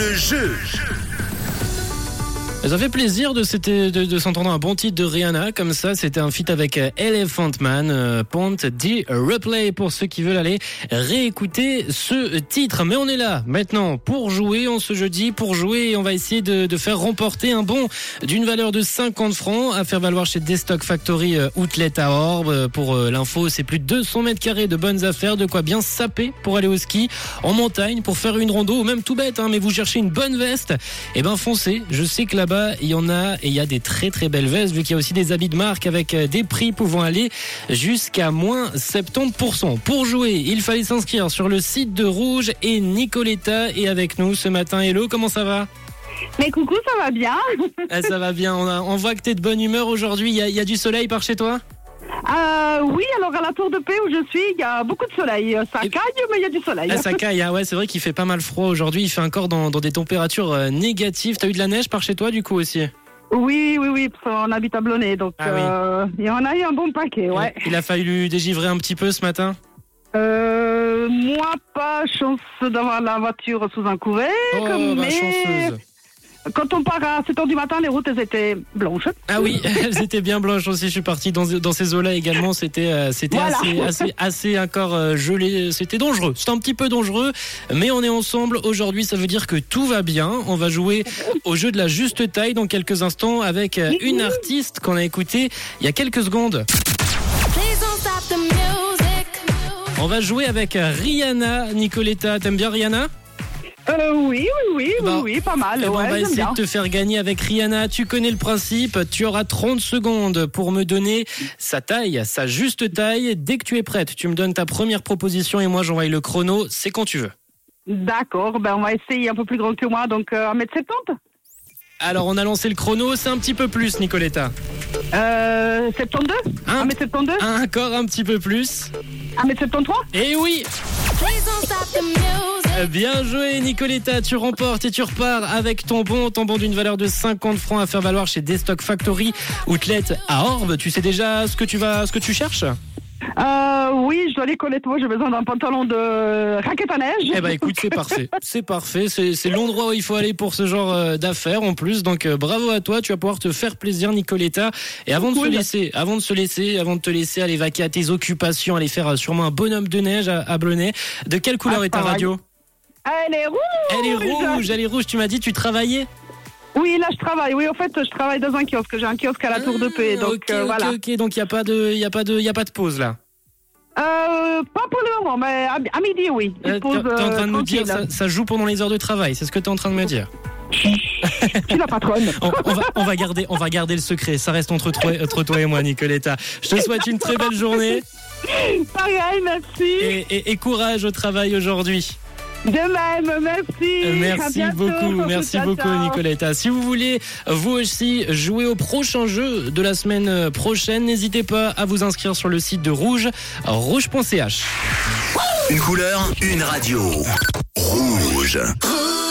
Le jeu. Ça fait plaisir de s'entendre un bon titre de Rihanna comme ça. C'était un feat avec Elephant Man, Pont D Replay pour ceux qui veulent aller réécouter ce titre. Mais on est là maintenant pour jouer en ce jeudi. Pour jouer, on va essayer de faire remporter un bon d'une valeur de 50 francs à faire valoir chez Destock Factory Outlet à Orbe. Pour l'info, c'est plus de 200 mètres carrés de bonnes affaires, de quoi bien saper pour aller au ski, en montagne, pour faire une rando ou même tout bête, mais vous cherchez une bonne veste, et ben foncez. Je sais que là-bas, il y en a, et il y a des très très belles vestes, vu qu'il y a aussi des habits de marque avec des prix pouvant aller jusqu'à moins 70%. Pour jouer, il fallait s'inscrire sur le site de Rouge, et Nicoletta est avec nous ce matin. Hello, comment ça va? Mais coucou, ça va bien? Ça va bien, on voit que t'es de bonne humeur aujourd'hui. Il y a du soleil par chez toi? Oui, alors à la Tour de Paix où je suis, il y a beaucoup de soleil. Ça caille, mais il y a du soleil. Ça caille, ouais, c'est vrai qu'il fait pas mal froid aujourd'hui. Il fait encore dans des températures négatives. T'as eu de la neige par chez toi du coup aussi? Oui, parce qu'on habite à Blonay, donc il y en a eu un bon paquet, ouais. Il a fallu dégivrer un petit peu ce matin? Moi, pas chance d'avoir la voiture sous un couvert, mais... chanceuse. Quand on part à 7h du matin, les routes, elles étaient blanches. Ah oui, elles étaient bien blanches aussi. Je suis parti dans ces eaux-là également. C'était voilà. assez encore gelé. C'était dangereux. C'était un petit peu dangereux. Mais on est ensemble aujourd'hui. Ça veut dire que tout va bien. On va jouer au jeu de la juste taille dans quelques instants avec une artiste qu'on a écoutée il y a quelques secondes. On va jouer avec Rihanna. Nicoletta, t'aimes bien Rihanna? Oui, pas mal. On va essayer de te faire gagner avec Rihanna. Tu connais le principe. Tu auras 30 secondes pour me donner sa taille, sa juste taille. Dès que tu es prête, tu me donnes ta première proposition et moi j'envoie le chrono. C'est quand tu veux. D'accord, on va essayer un peu plus grand que moi, donc 1m70. Alors on a lancé le chrono, c'est un petit peu plus, Nicoletta. 72 1m72. Encore un petit peu plus. 1m73. Eh oui. Bien joué Nicoletta, tu remportes et tu repars avec ton bon d'une valeur de 50 francs à faire valoir chez Destock Factory Outlet à Orbe. Tu sais déjà ce que tu cherches? Oui, je dois aller connaître. Moi, j'ai besoin d'un pantalon de raquette à neige. Eh ben écoute, c'est parfait. C'est l'endroit où il faut aller pour ce genre d'affaires en plus. Donc bravo à toi, tu vas pouvoir te faire plaisir, Nicoletta. Et avant de te laisser aller vaquer à tes occupations, aller faire sûrement un bonhomme de neige à Blonay. De quelle couleur est ta radio? Elle est rouge. Elle est rouge. Tu m'as dit tu travaillais? Oui, là je travaille. Oui, en fait, je travaille dans un kiosque. J'ai un kiosque à la Tour de Paix, donc voilà. Ok. Donc il y a pas de pause là. Pas pour le moment, mais à midi, oui. T'es en train de me dire ça joue pendant les heures de travail. C'est ce que t'es en train de me dire? Je suis la patronne. on va garder le secret. Ça reste entre toi et moi, Nicoletta. Je te souhaite une très belle journée. Pareil, merci. Et courage au travail aujourd'hui. De même, merci. Merci beaucoup, Nicoletta. Si vous voulez, vous aussi, jouer au prochain jeu de la semaine prochaine, n'hésitez pas à vous inscrire sur le site de Rouge, rouge.ch. Une couleur, une radio. Rouge.